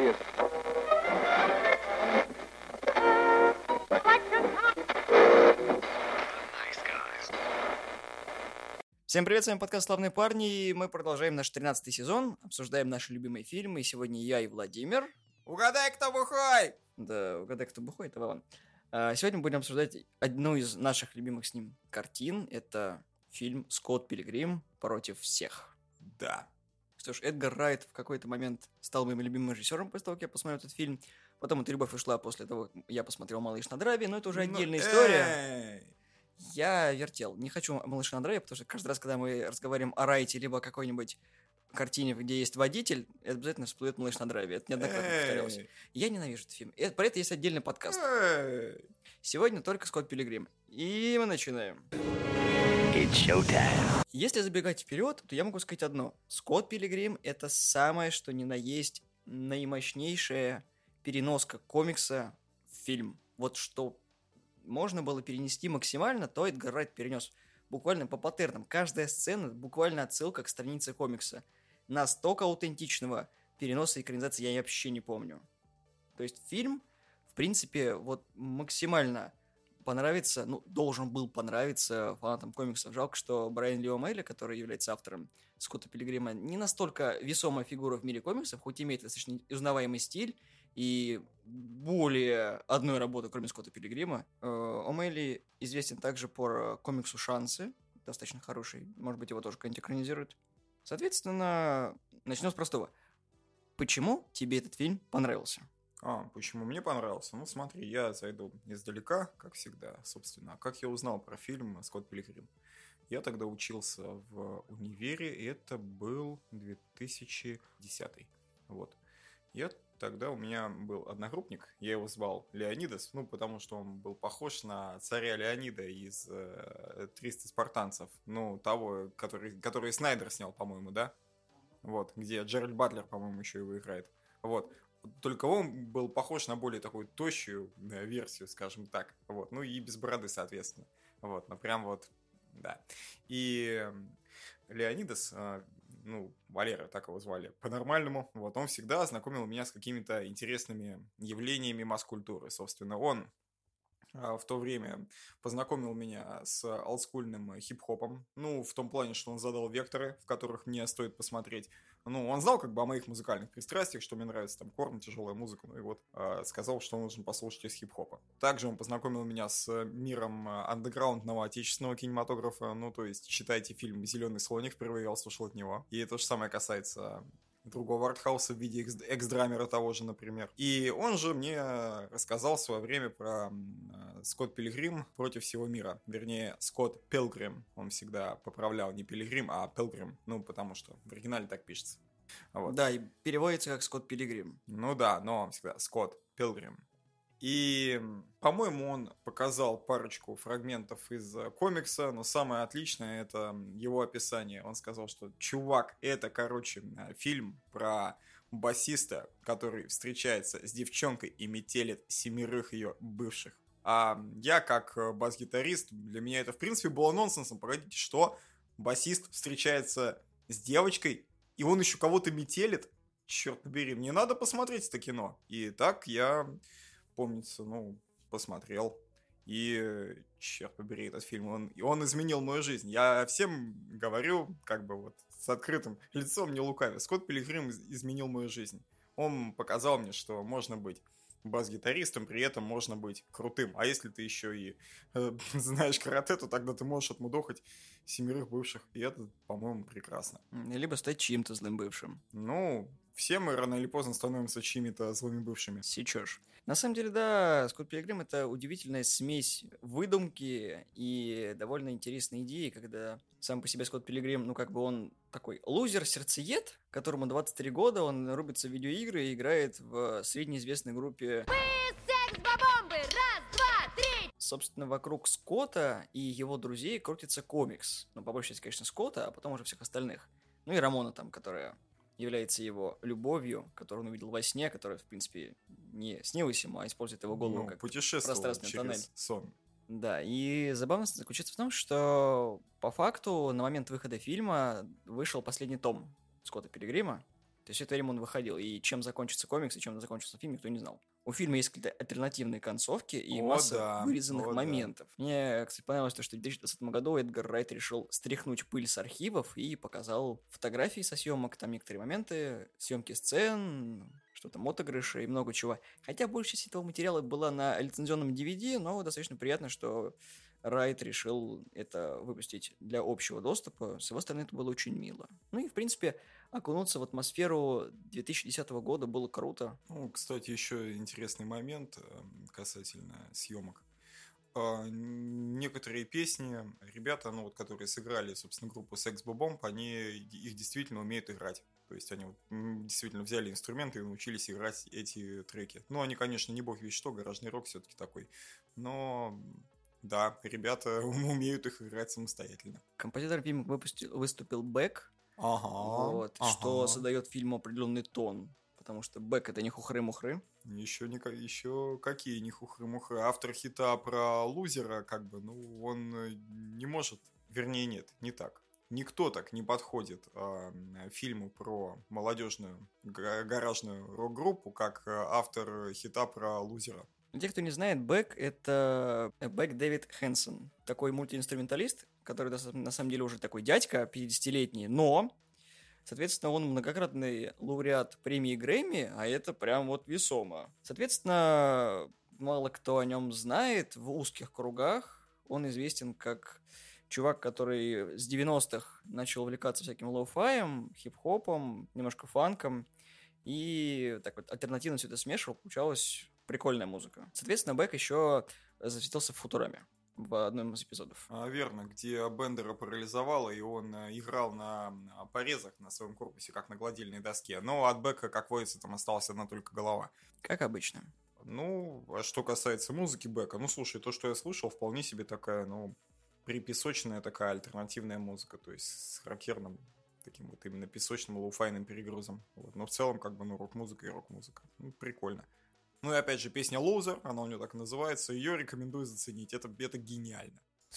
serious. Всем привет, с вами подкаст «Славные парни», и мы продолжаем наш 13-й сезон, обсуждаем наши любимые фильмы, и сегодня я и Владимир. Угадай, кто бухой! Да, угадай, кто бухой, это Вован. Сегодня мы будем обсуждать одну из наших любимых с ним картин, это фильм «Скотт Пилигрим против всех». Да. Что ж, Эдгар Райт в какой-то момент стал моим любимым режиссером после того, как я посмотрел этот фильм. Потом эта любовь ушла после того, как я посмотрел «Малыш на драйве», но это уже отдельная история. Я вертел. Не хочу «Малыша на драйве», потому что каждый раз, когда мы разговариваем о Райте, либо о какой-нибудь картине, где есть водитель, это обязательно всплывет «Малыш на драйве». Это неоднократно повторялось. Я ненавижу этот фильм. Про это есть отдельный подкаст. Сегодня только «Скотт Пилигрим». И мы начинаем. Если забегать вперед, то я могу сказать одно. «Скотт Пилигрим» — это самое, что ни на есть, наимощнейшая переноска комикса в фильм. Вот что можно было перенести максимально, то Эдгар Райт перенес буквально по паттернам. Каждая сцена буквально отсылка к странице комикса. Настолько аутентичного переноса и экранизации я вообще не помню. То есть фильм, в принципе, вот максимально понравится, должен был понравиться фанатам комиксов. Жалко, что Брайан Ли О'Мелли, который является автором Скотта Пилигрима, не настолько весомая фигура в мире комиксов, хоть имеет достаточно узнаваемый стиль, и более одной работы, кроме Скотта Пилигрима. О'Мелли известен также по комиксу «Шансы», достаточно хороший, может быть, его тоже кто-нибудь экранизирует. Соответственно, начнем с простого. Почему тебе этот фильм понравился? Почему мне понравился? Ну, смотри, я зайду издалека, как всегда, собственно. Как я узнал про фильм «Скотт Пилигрим»? Я тогда учился в универе, и это был 2010. Вот. Тогда у меня был одногруппник, я его звал Леонидас, потому что он был похож на царя Леонида из 300 спартанцев, того, который Снайдер снял, по-моему, да? Вот, где Джеральд Батлер, по-моему, еще его играет. Вот. Только он был похож на более такую тощую версию, скажем так. Вот. И без бороды, соответственно. Вот. Прям вот, да. И Леонидас, Валера, так его звали, по-нормальному, вот, он всегда знакомил меня с какими-то интересными явлениями масс-культуры. Собственно, он в то время познакомил меня с олдскульным хип-хопом, в том плане, что он задал векторы, в которых мне стоит посмотреть. Он знал о моих музыкальных пристрастиях, что мне нравится Корн, тяжелая музыка, сказал, что нужно послушать из хип-хопа. Также он познакомил меня с миром андеграундного отечественного кинематографа, то есть, читайте фильм «Зеленый слоник», впервые я услышал от него. И то же самое касается другого артхауса в виде экс-драмера того же, например. И он же мне рассказал в свое время про Скотт Пилигрим против всего мира. Вернее, Скотт Пилгрим. Он всегда поправлял не Пилигрим, а Пилгрим. Потому что в оригинале так пишется. Вот. Да, и переводится как Скотт Пилигрим. Да, но он всегда Скотт Пилгрим. И, по-моему, он показал парочку фрагментов из комикса, но самое отличное — это его описание. Он сказал, что чувак, это, фильм про басиста, который встречается с девчонкой и метелит 7 ее бывших. А я, как бас-гитарист, для меня это, в принципе, было нонсенсом. Погодите, что? Басист встречается с девочкой, и он еще кого-то метелит? Черт побери, мне надо посмотреть это кино. И так я, помнится, посмотрел. И, черт побери, этот фильм, он изменил мою жизнь. Я всем говорю, с открытым лицом, не лукавя. Скотт Пилигрим изменил мою жизнь. Он показал мне, что можно быть бас-гитаристом, при этом можно быть крутым. А если ты еще и знаешь карате, то тогда ты можешь отмудохать 7 бывших. И это, по-моему, прекрасно. Либо стать чьим-то злым бывшим. Все мы рано или поздно становимся чьими-то злыми бывшими. Сечешь. На самом деле, да, Скотт Пилигрим — это удивительная смесь выдумки и довольно интересной идеи, когда сам по себе Скотт Пилигрим, он такой лузер-сердцеед, которому 23 года, он рубится в видеоигры и играет в среднеизвестной группе. Секс-бомбы! Раз, два, три! Собственно, вокруг Скотта и его друзей крутится комикс. По большей части, конечно, Скотта, а потом уже всех остальных. И Рамона там, которая является его любовью, которую он увидел во сне, которая, в принципе, не снилась ему, а использует его голову как пространственный тоннель. Сон. Да, и забавность заключается в том, что по факту на момент выхода фильма вышел последний том Скотта Пилигрима, То есть это время он выходил. И чем закончится комикс, и чем закончился фильм, никто не знал. У фильма есть какие-то альтернативные концовки и масса вырезанных моментов. Мне, кстати, понравилось то, что в 2020 году Эдгар Райт решил стряхнуть пыль с архивов и показал фотографии со съемок, там некоторые моменты, съемки сцен, что-то мотогрыши и много чего. Хотя большая часть этого материала была на лицензионном DVD, но достаточно приятно, что Райт решил это выпустить для общего доступа. С его стороны это было очень мило. Ну и, в принципе, окунуться в атмосферу 2010 года было круто. Ну, кстати, еще интересный момент касательно съемок. Некоторые песни, ребята, ну вот, которые сыграли, собственно, группу Sex Bomb, они их действительно умеют играть. То есть они вот, действительно взяли инструменты и научились играть эти треки. Ну, они, конечно, не бог весть что, гаражный рок все-таки такой. Но да, ребята умеют их играть самостоятельно. Композитором фильма выступил Бек, что создает фильму определенный тон. Потому что Бек — это не хухры-мухры. Еще какие не хухры-мухры. Автор хита про лузера, как бы, ну, он не может... Вернее, нет, не так. Никто так не подходит фильму про молодежную гаражную рок-группу, как автор хита про лузера. Для тех, кто не знает, Бек — это Бек Дэвид Хэнсон. Такой мультиинструменталист, который на самом деле уже такой дядька, 50-летний, но... Соответственно, он многократный лауреат премии Грэмми, а это прям вот весомо. Соответственно, мало кто о нем знает в узких кругах. Он известен как чувак, который с 90-х начал увлекаться всяким лоу-фаем, хип-хопом, немножко фанком. И так вот альтернативно все это смешивал, получалась прикольная музыка. Соответственно, Бек еще засветился в Футураме в одном из эпизодов. Верно, где Бендера парализовало, и он играл на порезах на своем корпусе, как на гладильной доске. Но от Бека, как водится, там осталась одна только голова. Как обычно. Ну, а что касается музыки Бека, ну, слушай, то, что я слышал, вполне себе такая, ну, припесочная такая альтернативная музыка, то есть с характерным таким вот именно песочным лоу-файным перегрузом. Вот. Но в целом, как бы, ну, рок-музыка и рок-музыка. Ну, прикольно. Ну и опять же, песня «Loser», она у нее так и называется, ее рекомендую заценить, это гениально.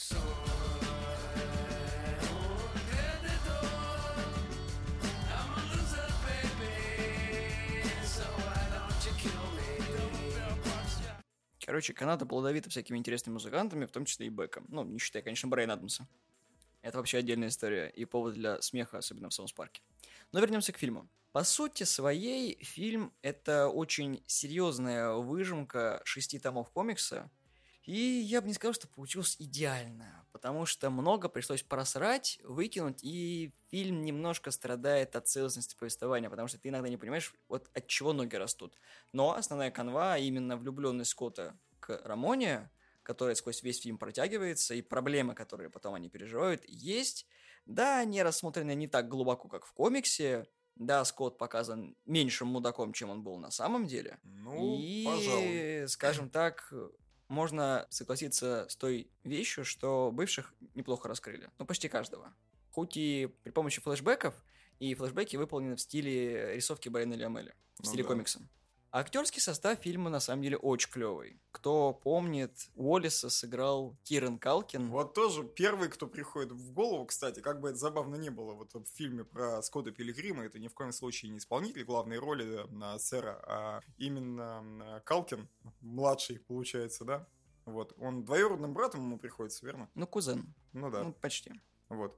Короче, Канада плодовита всякими интересными музыкантами, в том числе и Беком. Ну, не считая, конечно, Брайана Адамса. Это вообще отдельная история и повод для смеха, особенно в Саус-парке. Но вернемся к фильму. По сути своей, фильм — это очень серьезная выжимка 6 томов комикса, и я бы не сказал, что получилось идеально, потому что много пришлось просрать, выкинуть, и фильм немножко страдает от целостности повествования, потому что ты иногда не понимаешь, вот от чего ноги растут. Но основная канва, именно влюбленность Скотта к Рамоне, которая сквозь весь фильм протягивается, и проблемы, которые потом они переживают, есть. Да, они рассмотрены не так глубоко, как в комиксе. Да, Скотт показан меньшим мудаком, чем он был на самом деле. Ну, и, пожалуй. Скажем так, можно согласиться с той вещью, что бывших неплохо раскрыли. Ну, почти каждого. Хоть и при помощи флешбеков, и флешбеки выполнены в стиле рисовки Брайана Ли Амеля, в стиле комикса. Актерский состав фильма на самом деле очень клевый. Кто помнит, Уоллиса сыграл Киран Калкин. Вот тоже первый, кто приходит в голову, кстати, как бы это забавно не было, вот в фильме про Скотта Пилигрима, это ни в коем случае не исполнитель главной роли на сэра, а именно Калкин, младший, получается, да? Вот, он двоюродным братом ему приходится, верно? Ну, кузен. Ну да. Ну, почти. Вот.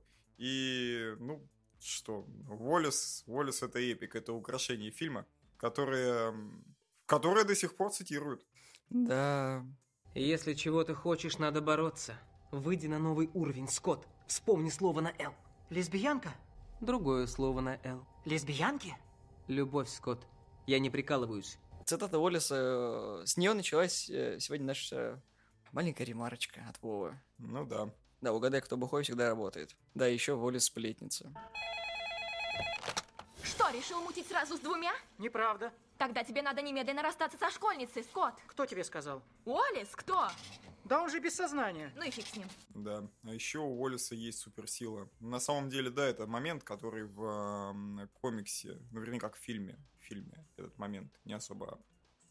И, ну, что, Уоллис это эпик, это украшение фильма, которые до сих пор цитируют. Да. Если чего ты хочешь, надо бороться. Выйди на новый уровень, Скотт. Вспомни слово на «Л». Лесбиянка? Другое слово на «Л». Лесбиянки? Любовь, Скотт. Я не прикалываюсь. Цитата Уоллиса. С нее началась сегодня наша маленькая ремарочка от Вовы. Ну да. Да, угадай, кто бухой, всегда работает. Да, еще Уоллис сплетница. Что, решил мутить сразу с двумя? Неправда. Тогда тебе надо немедленно расстаться со школьницей, Скотт. Кто тебе сказал? Уоллис, кто? Да он же без сознания. Ну и фиг с ним. Да, а еще у Уоллиса есть суперсила. На самом деле, да, это момент, который в комиксе, ну, вернее, как в фильме, этот момент не особо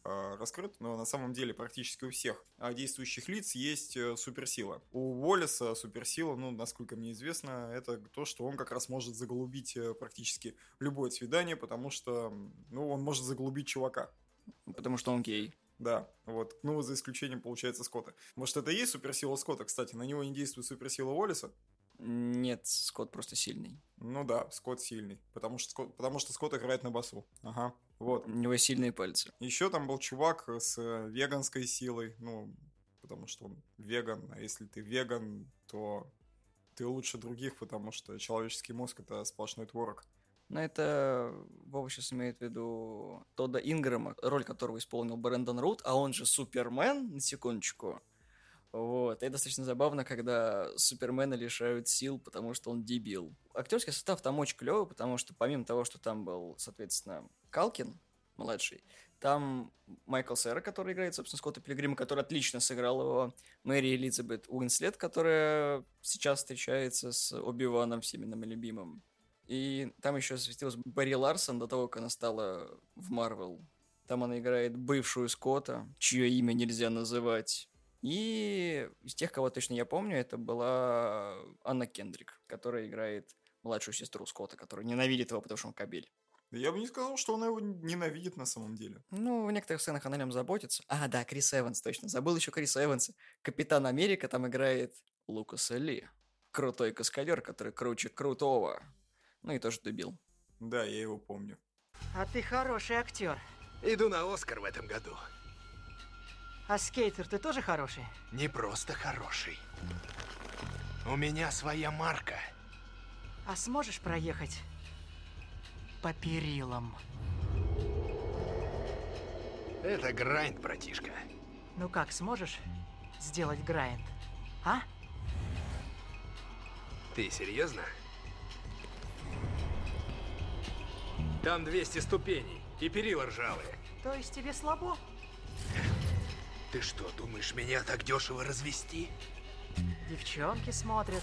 раскрыт, но на самом деле практически у всех действующих лиц есть суперсила. У Уоллеса суперсила, ну, насколько мне известно, это то, что он как раз может заголубить практически любое свидание, потому что, ну, он может заголубить чувака. Потому что он гей. Да, вот. Ну, за исключением, получается, Скотта. Может, это и есть суперсила Скотта, кстати? На него не действует суперсила Уоллеса? Нет, Скотт просто сильный. Ну да, Скотт сильный. Потому что Скотт играет на басу. Ага, вот. У него сильные пальцы. Еще там был чувак с веганской силой. Ну, потому что он веган. А если ты веган, то ты лучше других, потому что человеческий мозг — это сплошной творог. Но это Вова сейчас имеет в виду Тодда Ингрэма, роль которого исполнил Брэндон Рут, а он же Супермен, на секундочку. Вот. И достаточно забавно, когда Супермена лишают сил, потому что он дебил. Актерский состав там очень клевый, потому что помимо того, что там был, соответственно, Калкин, младший, там Майкл Сера, который играет, собственно, Скотта Пилигрима, который отлично сыграл его, Мэри Элизабет Уинслет, которая сейчас встречается с Оби-Ваном, всеми нами любимым. И там еще засветилась Бэрри Ларсон до того, как она стала в Марвел. Там она играет бывшую Скотта, чье имя нельзя называть. И из тех, кого точно я помню, это была Анна Кендрик, которая играет младшую сестру Скотта, которая ненавидит его, потому что он кобель. Я бы не сказал, что она его ненавидит на самом деле. Ну, в некоторых сценах она о нем заботится. А, да, Крис Эванс, точно. Забыл еще Криса Эванса. Капитан Америка там играет Лукаса Ли. Крутой каскадер, который круче крутого. Ну и тоже дебил. Да, я его помню. А ты хороший актер. Иду на Оскар в этом году. А скейтер ты тоже хороший? Не просто хороший. У меня своя марка. А сможешь проехать по перилам? Это грайнд, братишка. Ну как, сможешь сделать грайнд? А? Ты серьезно? Там 200 ступеней и перила ржавые. То есть тебе слабо? Ты что, думаешь, меня так дешево развести? Девчонки смотрят.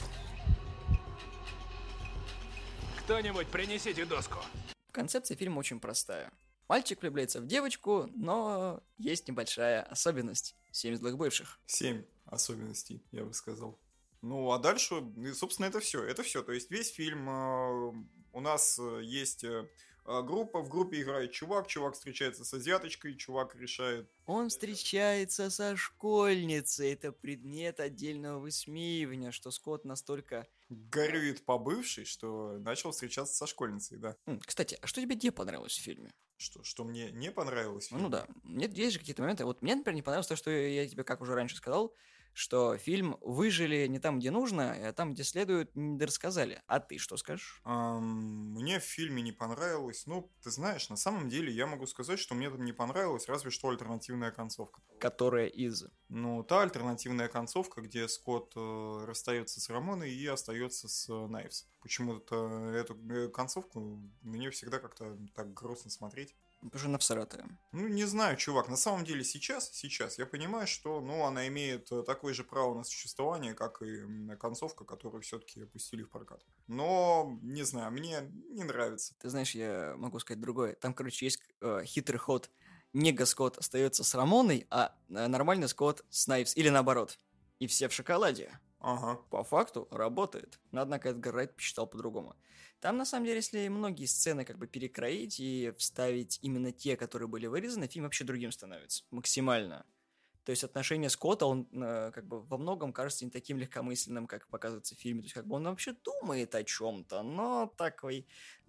Кто-нибудь принесите доску. Концепция фильма очень простая. Мальчик влюбляется в девочку, но есть небольшая особенность. 7 злых бывших. 7 особенностей, я бы сказал. Ну, а дальше, собственно, это все. Это все. То есть весь фильм у нас есть группа, в группе играет чувак встречается с азиаточкой, чувак решает... Он встречается со школьницей. Это предмет отдельного высмеивания, что Скотт настолько... горюет по бывшей, что начал встречаться со школьницей, да. Кстати, а что тебе где понравилось в фильме? Что мне не понравилось в фильме? Ну да, есть же какие-то моменты. Вот мне, например, не понравилось то, что я тебе, как уже раньше сказал, что фильм выжили не там, где нужно, а там, где следует, не дорассказали. А ты что скажешь? Мне в фильме не понравилось. Ну, ты знаешь, на самом деле я могу сказать, что мне там не понравилось, разве что альтернативная концовка. Которая из... Ну, та альтернативная концовка, где Скотт расстается с Рамоной и остается с Найвс. Почему-то эту концовку на нее всегда как-то так грустно смотреть. Потому что она всратая. Ну, не знаю, чувак, на самом деле сейчас я понимаю, что, ну, она имеет такое же право на существование, как и концовка, которую все-таки опустили в прокат. Но, не знаю, мне не нравится. Ты знаешь, я могу сказать другое. Там, короче, есть хитрый ход. Нега Скотт остается с Рамоной, а нормальный Скотт с Найвс. Или наоборот. И все в шоколаде. Ага. По факту работает. Но, однако, Эдгар Райт посчитал по-другому. Там, на самом деле, если многие сцены как бы перекроить и вставить именно те, которые были вырезаны, фильм вообще другим становится. Максимально. То есть отношение Скотта, он как бы во многом кажется не таким легкомысленным, как показывается в фильме. То есть как бы он вообще думает о чем-то, но такой,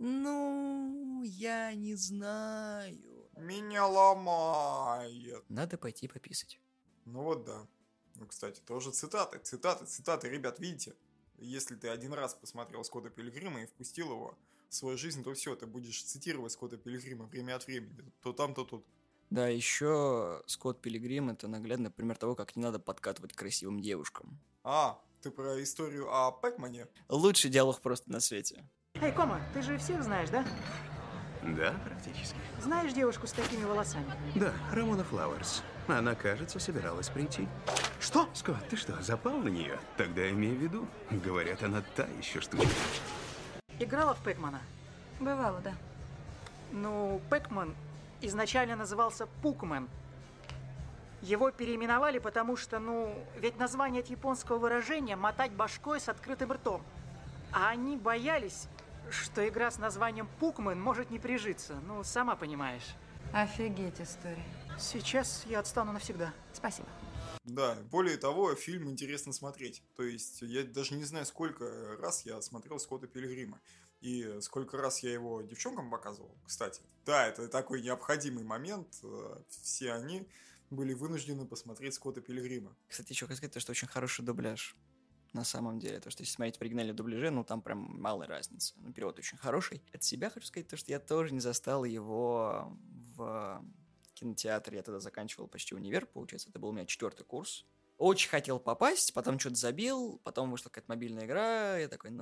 ну, я не знаю. Меня ломает. Надо пойти пописать. Ну вот да. Ну, кстати, тоже цитаты, ребят, видите? Если ты один раз посмотрел Скотта Пилигрима и впустил его в свою жизнь, то все, ты будешь цитировать Скотта Пилигрима время от времени, то там, то тут. Да, еще Скотт Пилигрим — это наглядный пример того, как не надо подкатывать к красивым девушкам. А, ты про историю о Пэкмане? Лучший диалог просто на свете. Эй, Кома, ты же всех знаешь, да? Да, практически. Знаешь девушку с такими волосами? Да, Рамона Флауэрс. Она, кажется, собиралась прийти. Что? Скотт, ты что, запал на нее? Тогда имей в виду. Говорят, она та еще штучка. Играла в Пэкмана? Бывало, да. Ну, Пэкман изначально назывался Пукмен. Его переименовали, потому что, ведь название от японского выражения «мотать башкой с открытым ртом». А они боялись, что игра с названием Пукмен может не прижиться. Сама понимаешь. Офигеть история. Сейчас я отстану навсегда. Спасибо. Да, более того, фильм интересно смотреть. То есть, я даже не знаю, сколько раз я смотрел Скотта Пилигрима. И сколько раз я его девчонкам показывал, кстати. Да, это такой необходимый момент. Все они были вынуждены посмотреть Скотта Пилигрима. Кстати, еще хочу сказать, что очень хороший дубляж. На самом деле, то, что если смотреть в оригинальном дубляже, там прям малая разница. Перевод очень хороший. От себя хочу сказать, то, что я тоже не застал его в кинотеатре. Я тогда заканчивал почти универ, получается. Это был у меня 4-й курс. Очень хотел попасть, потом что-то забил, потом вышла какая-то мобильная игра. Я такой,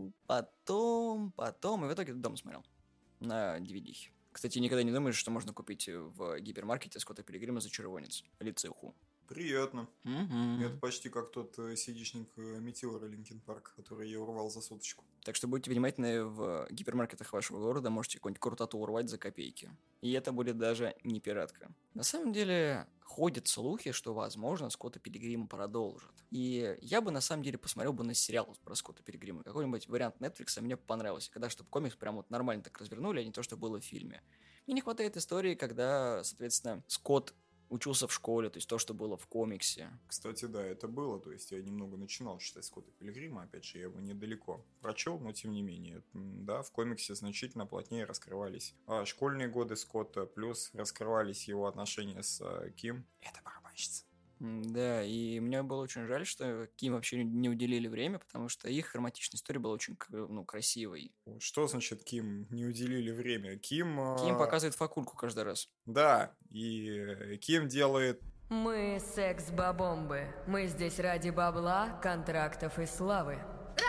потом. И в итоге дома смотрел на DVD. Кстати, никогда не думаешь, что можно купить в гипермаркете Скотта Пилигрима «Зачарованец» лицеху. Приятно. Угу. Это почти как тот CD-шник Метеора Линкин Парк, который я урвал за соточку. Так что будьте внимательны в гипермаркетах вашего города, можете какую-нибудь крутоту урвать за копейки. И это будет даже не пиратка. На самом деле, ходят слухи, что, возможно, Скотта Пилигрима продолжат. И я бы, на самом деле, посмотрел бы на сериал про Скотта Пилигрима. Какой-нибудь вариант Netflix мне понравился. Когда, чтобы комикс прям нормально так развернули, а не то, что было в фильме. Мне не хватает истории, когда, соответственно, Скотт учился в школе, то есть то, что было в комиксе. Кстати, да, это было. То есть я немного начинал читать Скотта Пилигрима. Опять же, я его недалеко прочел, но тем не менее. Да, в комиксе значительно плотнее раскрывались школьные годы Скотта, плюс раскрывались его отношения с Ким. Это барабанщица. Да, и мне было очень жаль, что Ким вообще не уделили время, потому что их романтичная история была очень красивой. Что значит Ким не уделили время? Ким показывает факульку каждый раз. Да, и Ким делает... Мы секс-бомбы. Мы здесь ради бабла, контрактов и славы.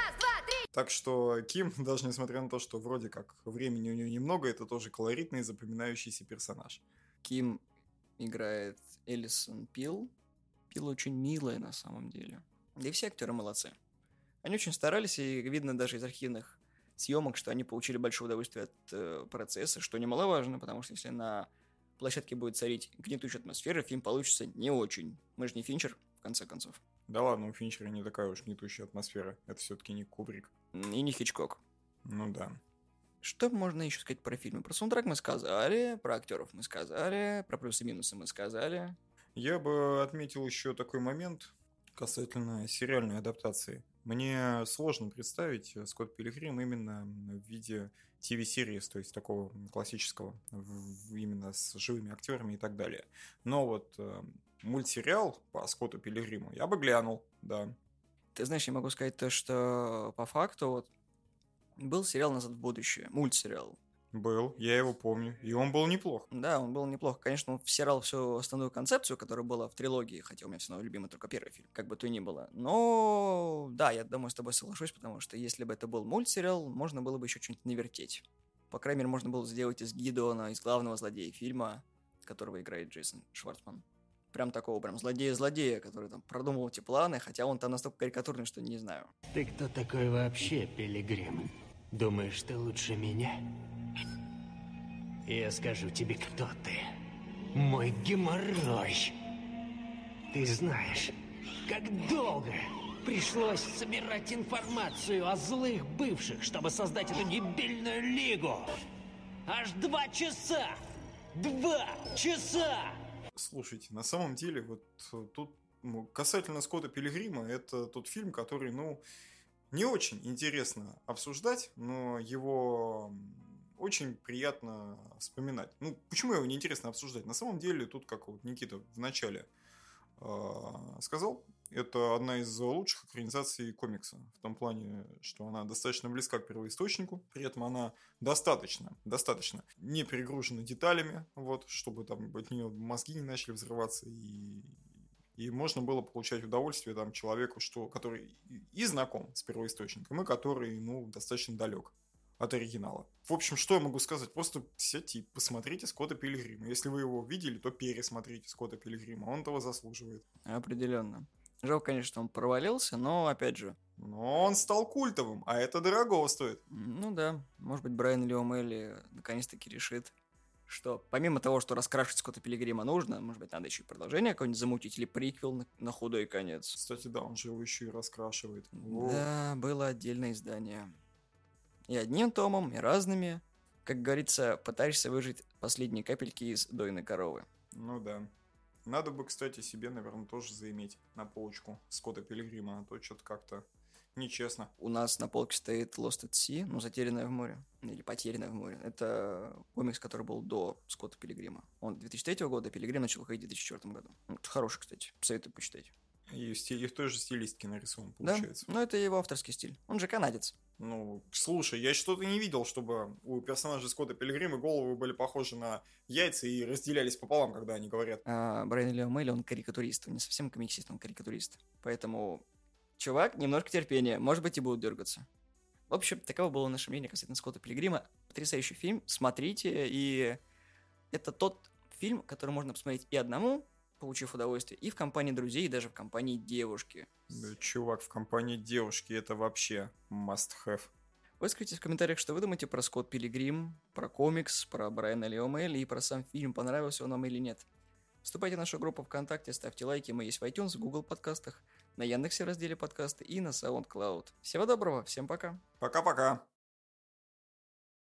Так что Ким, даже несмотря на то, что вроде как времени у нее немного, это тоже колоритный, запоминающийся персонаж. Ким играет Элисон Пил. Пил очень милая на самом деле. Да и все актеры молодцы. Они очень старались, и видно даже из архивных съемок, что они получили большое удовольствие от процесса, что немаловажно, потому что если на площадке будет царить гнетущая атмосфера, фильм получится не очень. Мы же не Финчер, в конце концов. Да ладно, у Финчера не такая уж гнетущая атмосфера. Это все-таки не Кубрик. И не Хичкок. Ну да. Что можно еще сказать про фильмы? Про саундтрек мы сказали, про актеров мы сказали, про плюсы и минусы мы сказали. Я бы отметил еще такой момент касательно сериальной адаптации. Мне сложно представить Скотт Пилигрим именно в виде ТВ-серии, то есть такого классического, именно с живыми актерами и так далее. Но вот мультсериал по Скотту Пилигриму я бы глянул, да. Ты знаешь, я могу сказать то, что по факту был сериал «Назад в будущее», мультсериал. Был, я его помню, и он был неплох. Да, он был неплох. Конечно, он всирал всю основную концепцию, которая была в трилогии, хотя у меня все равно любимый только первый фильм, как бы то ни было. Но, да, я думаю, с тобой соглашусь, потому что если бы это был мультсериал, можно было бы еще что-нибудь навертеть. По крайней мере, можно было сделать из Гидеона, из главного злодея фильма, которого играет Джейсон Шварцман. Прям такого, прям злодея-злодея, который там продумывал эти планы, хотя он там настолько карикатурный, что не знаю. Ты кто такой вообще, Пилигрим? Думаешь, ты лучше меня? Я скажу тебе, кто ты. Мой геморрой. Ты знаешь, как долго пришлось собирать информацию о злых бывших, чтобы создать эту дебильную лигу. Аж 2 часа! 2 часа! Слушайте, на самом деле, вот тут касательно Скотта Пилигрима, это тот фильм, который, не очень интересно обсуждать, но его очень приятно вспоминать. Почему его неинтересно обсуждать? На самом деле, тут, как вот Никита в начале сказал, это одна из лучших экранизаций комикса. В том плане, что она достаточно близка к первоисточнику, при этом она достаточно не перегружена деталями, чтобы там от нее мозги не начали взрываться, и можно было получать удовольствие человеку, который и знаком с первоисточником, и который, достаточно далек от оригинала. В общем, что я могу сказать? Просто сядьте и посмотрите Скотта Пилигрима. Если вы его видели, то пересмотрите Скотта Пилигрима. Он этого заслуживает. Определенно. Жалко, конечно, что он провалился, но опять же. Но он стал культовым, а это дорого стоит. Да. Может быть, Брайан Ли О'Мэлли наконец-таки решит, что помимо того, что раскрашивать Скотта Пилигрима нужно, может быть, надо еще и продолжение какое-нибудь замутить или приквел на худой конец. Кстати, да, он же его еще и раскрашивает. Во. Да, было отдельное издание. И одним томом, и разными. Как говорится, пытаешься выжать последние капельки из дойной коровы. Ну да. Надо бы, кстати, себе, наверное, тоже заиметь на полочку Скотта Пилигрима, а то что-то как-то нечестно. У нас на полке стоит Lost at Sea, ну, «Затерянная в море», или «Потерянная в море». Это комикс, который был до Скотта Пилигрима. Он 2003 года, а Пилигрим начал выходить в 2004 году. Это хороший, кстати, советую почитать. И в той же стилистике нарисован, Да, получается. но это его авторский стиль. Он же канадец. Ну, слушай, я что-то не видел, чтобы у персонажей Скотта Пилигрима головы были похожи на яйца и разделялись пополам, когда они говорят. А Брайан Ли Омелли, он карикатурист, он не совсем комиксист, он карикатурист. Поэтому, чувак, немножко терпения, может быть, и будут дергаться. В общем, таково было наше мнение касательно Скотта Пилигрима. Потрясающий фильм, смотрите, и это тот фильм, который можно посмотреть и одному, получив удовольствие, и в компании друзей, и даже в компании девушки. Да, чувак, в компании девушки это вообще must have. Выскажите в комментариях, что вы думаете про Скотт Пилигрим, про комикс, про Брайана Ли Омелли и про сам фильм, понравился он вам или нет. Вступайте в нашу группу ВКонтакте, ставьте лайки, мы есть в iTunes, в Google подкастах, на Яндексе разделе подкасты и на SoundCloud. Всего доброго, всем пока. Пока-пока.